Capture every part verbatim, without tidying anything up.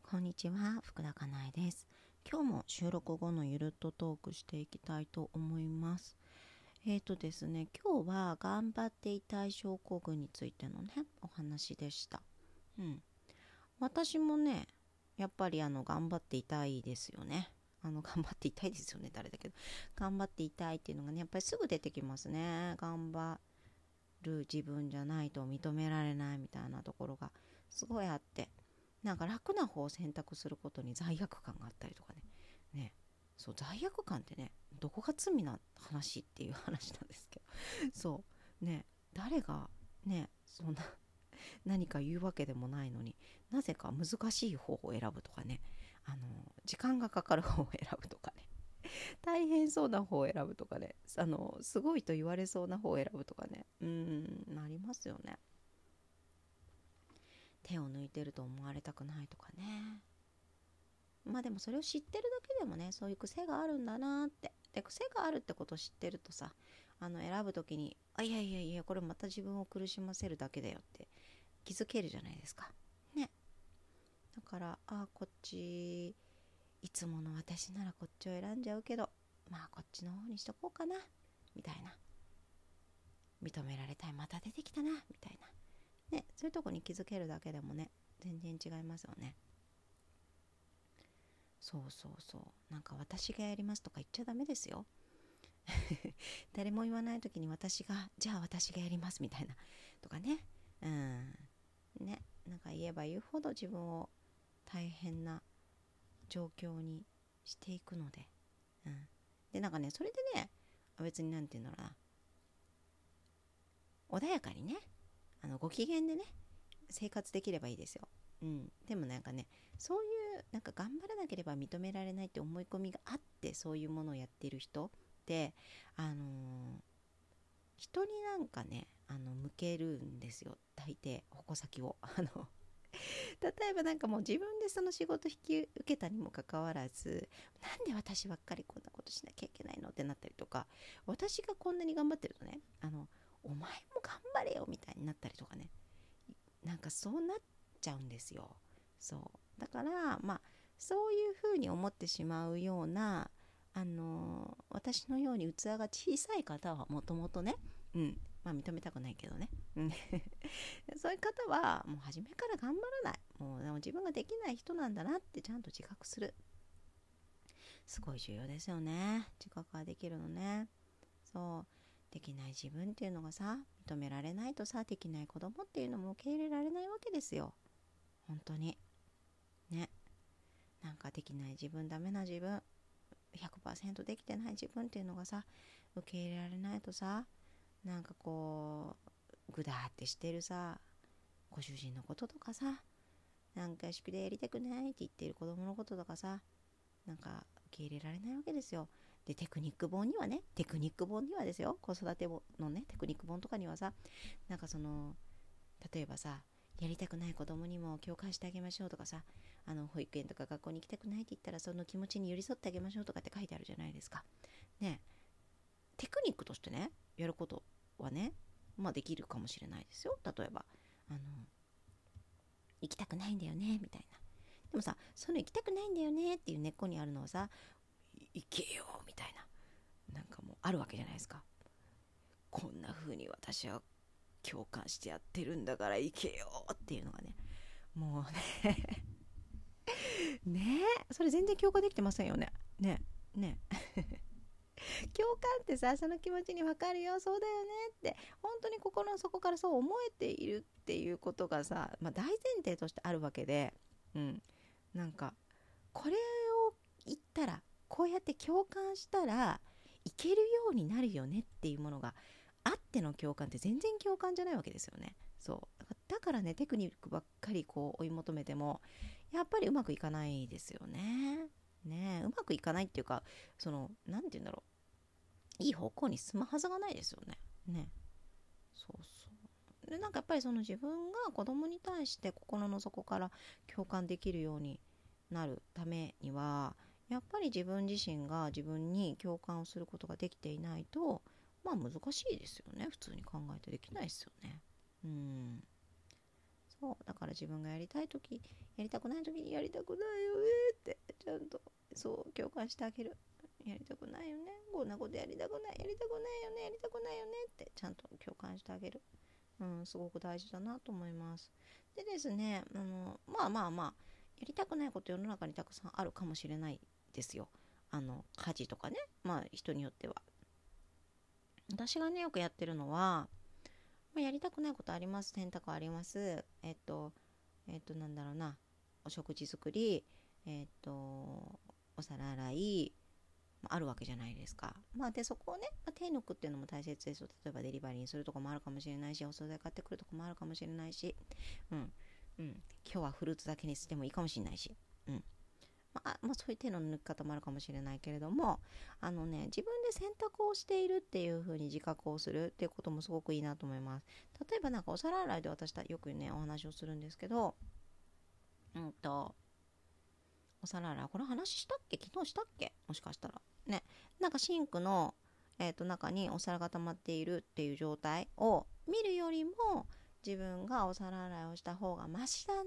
こんにちは、福田かなえです。今日も収録後のゆるっとトークしていきたいと思います。えーとですね、今日は頑張っていたい症候群についてのね、お話でした。うん。私もね、やっぱりあの、頑張っていたいですよね。あの、頑張っていたいですよね、誰だけど。頑張っていたいっていうのがね、やっぱりすぐ出てきますね。頑張る自分じゃないと認められないみたいなところがすごいあって。なんか楽な方を選択することに罪悪感があったりとかね。ね、そう、罪悪感ってね、どこが罪な話っていう話なんですけど、そうね、誰がね、そんな何か言うわけでもないのに、なぜか難しい方を選ぶとかね、あの時間がかかる方を選ぶとかね、大変そうな方を選ぶとかね、あのすごいと言われそうな方を選ぶとかね、うーん、なりますよね。手を抜いてると思われたくないとかね。まあでもそれを知ってるだけでもね、そういう癖があるんだなって。で、癖があるってことを知ってるとさ、あの選ぶときに、あ、いやいやいや、これまた自分を苦しませるだけだよって気づけるじゃないですか。ね。だから、あ、こっち、いつもの私ならこっちを選んじゃうけど、まあこっちの方にしとこうかな、みたいな。認められたい、また出てきたな、みたいな。ね、そういうとこに気づけるだけでもね、全然違いますよね。そうそうそう。なんか私がやりますとか言っちゃダメですよ。誰も言わない時に私が、じゃあ私がやりますみたいな。とかね。うん。ね。なんか言えば言うほど自分を大変な状況にしていくので。うん。で、なんかね、それでね、別になんていうんだろうな。穏やかにね、あのご機嫌でね、生活できればいいですよ。うん、でもなんかね、そういうなんか頑張らなければ認められないって思い込みがあって、そういうものをやっている人ってあのー人になんかね、あの向けるんですよ、大抵矛先を。あの例えばなんかもう自分でその仕事引き受けたにもかかわらず、なんで私ばっかりこんなことしなきゃいけないのってなったりとか、私がこんなに頑張ってるとね、あのお前も頑張れよみたいになったりとかね、なんかそうなっちゃうんですよ。そうだから、まあそういうふうに思ってしまうような、あのー私のように器が小さい方はもともとね、うん、まあ認めたくないけどね、うん、そういう方はもう初めから頑張らない、もうでも自分ができない人なんだなってちゃんと自覚する、すごい重要ですよね、自覚ができるのね。そう、できない自分っていうのがさ、認められないとさ、できない子供っていうのも受け入れられないわけですよ、本当にね。なんかできない自分、ダメな自分、ひゃくパーセントできてない自分っていうのがさ、受け入れられないとさ、なんかこうぐだーってしてるさ、ご主人のこととかさ、なんか宿題やりたくないって言ってる子供のこととかさ、なんか受け入れられないわけですよ。で、テクニック本にはね、テクニック本にはですよ、子育てのね、テクニック本とかにはさ、なんかその、例えばさ、やりたくない子供にも共感してあげましょうとかさ、あの保育園とか学校に行きたくないって言ったらその気持ちに寄り添ってあげましょうとかって書いてあるじゃないですか。ね、テクニックとしてね、やることはね、まあできるかもしれないですよ。例えば、あの、行きたくないんだよね、みたいな。でもさ、その行きたくないんだよねっていう根っこにあるのはさ、行けよ、みたいな。なんかもうあるわけじゃないですか。こんな風に私は共感してやってるんだから行けよっていうのがね、もうねねえ、それ全然共感できてませんよね。ねね共感ってさ、その気持ちに分かるよ、そうだよねって本当に心の底からそう思えているっていうことがさ、まあ、大前提としてあるわけで、うん、なんかこれを言ったら、こうやって共感したらいけるようになるよねっていうものがあっての共感って全然共感じゃないわけですよね。そうだからね、テクニックばっかりこう追い求めてもやっぱりうまくいかないですよね。ねえ、うまくいかないっていうか、そのなんて言うんだろう、いい方向に進むはずがないですよね。ね、そうそう。で、なんかやっぱりその自分が子供に対して心の底から共感できるようになるためには、やっぱり自分自身が自分に共感をすることができていないと、まあ難しいですよね。普通に考えてできないですよね。うん。 そうだから自分がやりたい時、やりたくない時にやりたくないよねってちゃんとそう共感してあげる。やりたくないよね、こんなことやりたくない、やりたくないよね、やりたくないよねってちゃんと共感してあげる。うん、すごく大事だなと思います。でですね、あのまあまあまあやりたくないこと世の中にたくさんあるかもしれないですよ。あの家事とかね、まあ人によっては。私がねよくやってるのは、まあ、やりたくないことあります、洗濯あります、えっとえっとなんだろうな、お食事作り、えっとお皿洗い、まああるわけじゃないですか。まあでそこをね、まあ、手抜くっていうのも大切ですよ。例えばデリバリーにするとこもあるかもしれないし、お惣菜買ってくるとこもあるかもしれないし、うんうん、今日はフルーツだけにしてもいいかもしれないし、うんまあ、まあそういう手の抜き方もあるかもしれないけれども、あのね自分で選択をしているっていう風に自覚をするっていうこともすごくいいなと思います。例えばなんかお皿洗いで私よくねお話をするんですけど、うんとお皿洗い、これ話したっけ、昨日したっけ、もしかしたらね、なんかシンクの、えー、と中にお皿が溜まっているっていう状態を見るよりも、自分がお皿洗いをした方がマシだなって、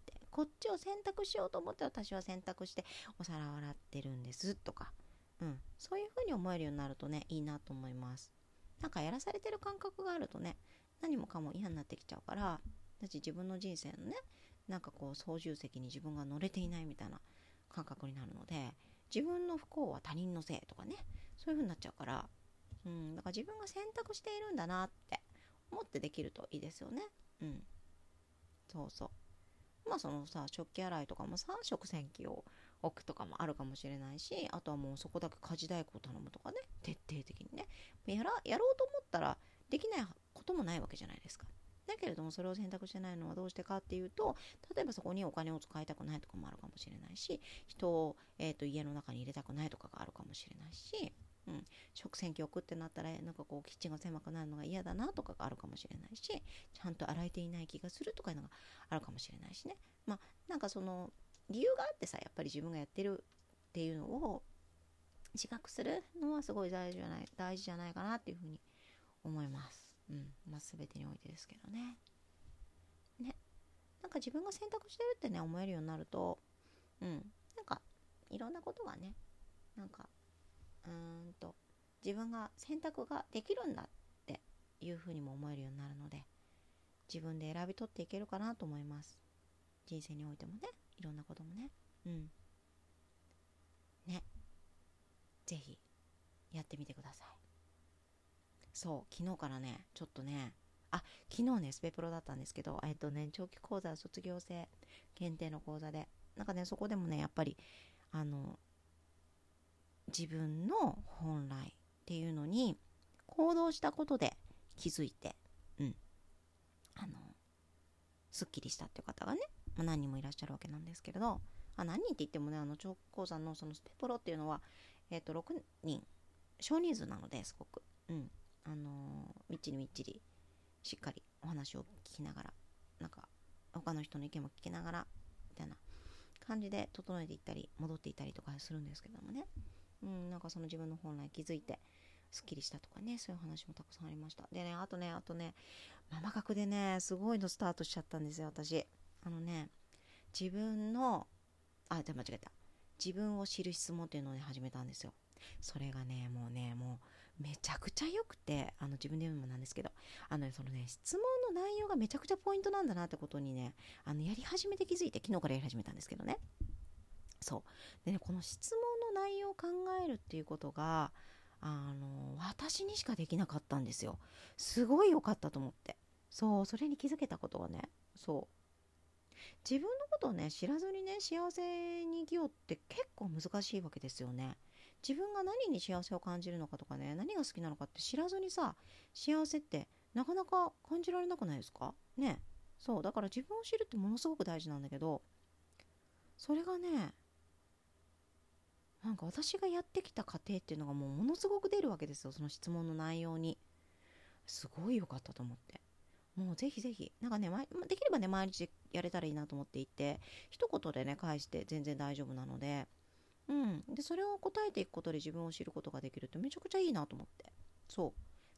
こっちを選択しようと思って私は選択してお皿を洗ってるんですとか、うん、そういう風に思えるようになるとねいいなと思います。なんかやらされてる感覚があるとね、何もかも嫌になってきちゃうから、だし自分の人生のね、なんかこう操縦席に自分が乗れていないみたいな感覚になるので、自分の不幸は他人のせいとかね、そういう風になっちゃうから、うん、だから自分が選択しているんだなって思ってできるといいですよね。うん、そうそう。まあそのさ、食器洗いとかもさ、食洗機を置くとかもあるかもしれないし、あとはもうそこだけ家事代行を頼むとかね、徹底的にね、やらやろうと思ったらできないこともないわけじゃないですか。だけれどもそれを選択してないのはどうしてかっていうと、例えばそこにお金を使いたくないとかもあるかもしれないし、人を、えー、と家の中に入れたくないとかがあるかもしれないし、うん、食洗機置くってなったらなんかこうキッチンが狭くなるのが嫌だなとかがあるかもしれないし、ちゃんと洗えていない気がするとかいうのがあるかもしれないしね。まあなんかその理由があってさ、やっぱり自分がやってるっていうのを自覚するのはすごい大事じゃない大事じゃないかなっていうふうに思います。うん、まあ全てにおいてですけどね。ね、なんか自分が選択してるってね思えるようになると、うん、なんかいろんなことがね、なんかうーんと自分が選択ができるんだっていうふうにも思えるようになるので、自分で選び取っていけるかなと思います。人生においてもね、いろんなこともね、うんね、ぜひやってみてください。そう昨日からねちょっとね、あ昨日ねスペプロだったんですけど、えっとね長期講座卒業生限定の講座で、なんかねそこでもねやっぱりあの自分の本来っていうのに行動したことで気づいて、うんあのすっきりしたっていう方がね、まあ、何人もいらっしゃるわけなんですけれど、あ何人って言ってもね、あの長期講座のそのスペプロっていうのは、えっとろくにん少人数なので、すごく、うんあのーみっちりみっちりしっかりお話を聞きながら、なんか他の人の意見も聞きながらみたいな感じで整えていったり戻っていったりとかするんですけどもね、うん、なんかその自分の本来気づいてすっきりしたとかね、そういう話もたくさんありました。でね、あとねあとねママ学でねすごいのスタートしちゃったんですよ私。あのね自分のあで間違えた自分を知る質問っていうのを、ね、始めたんですよ。それがねもうねもうめちゃくちゃ良くて、あの自分で言うのもなんですけど、あの、ね、そのね質問の内容がめちゃくちゃポイントなんだなってことにね、あのやり始めて気づいて、昨日からやり始めたんですけどね。そうでね、この質問の内容を考えるっていうことがあの私にしかできなかったんですよ。すごい良かったと思って、そうそれに気づけたことがね、そう自分のことをね知らずにね幸せに生きようって結構難しいわけですよね。自分が何に幸せを感じるのかとかね、何が好きなのかって知らずにさ、幸せってなかなか感じられなくないですかね。そうだから自分を知るってものすごく大事なんだけど、それがねなんか私がやってきた過程っていうのがもうものすごく出るわけですよ、その質問の内容に。すごい良かったと思って、もうぜひぜひなんかね、できればね毎日やれたらいいなと思っていて、一言でね返して全然大丈夫なので、うんでそれを答えていくことで自分を知ることができるってめちゃくちゃいいなと思って。そう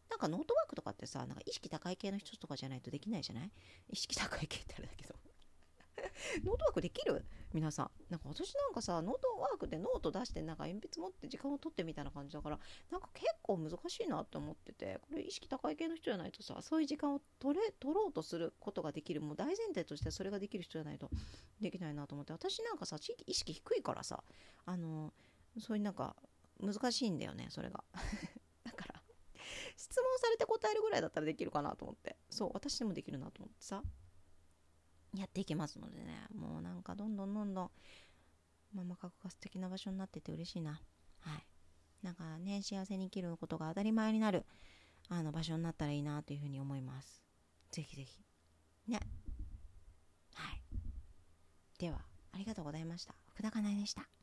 なんかノートワークとかってさ、なんか意識高い系の人とかじゃないとできないじゃない？意識高い系ってあれだけどノートワークできる？皆さん。なんか私なんかさ、ノートワークでノート出して、なんか鉛筆持って時間を取ってみたいな感じだから、なんか結構難しいなって思ってて、これ意識高い系の人じゃないとさ、そういう時間を取れ、取ろうとすることができる、もう大前提としてそれができる人じゃないとできないなと思って、私なんかさ、地域意識低いからさ、あの、そういうなんか難しいんだよね、それが。だから、質問されて答えるぐらいだったらできるかなと思って、そう、私でもできるなと思ってさ、やっていきますのでね、もうなんかどんどんどんどんママカゴが素敵な場所になってて嬉しいな。はい。なんかね、幸せに生きることが当たり前になるあの場所になったらいいなというふうに思います。ぜひぜひ。ね。はい。では、ありがとうございました。福田かなえでした。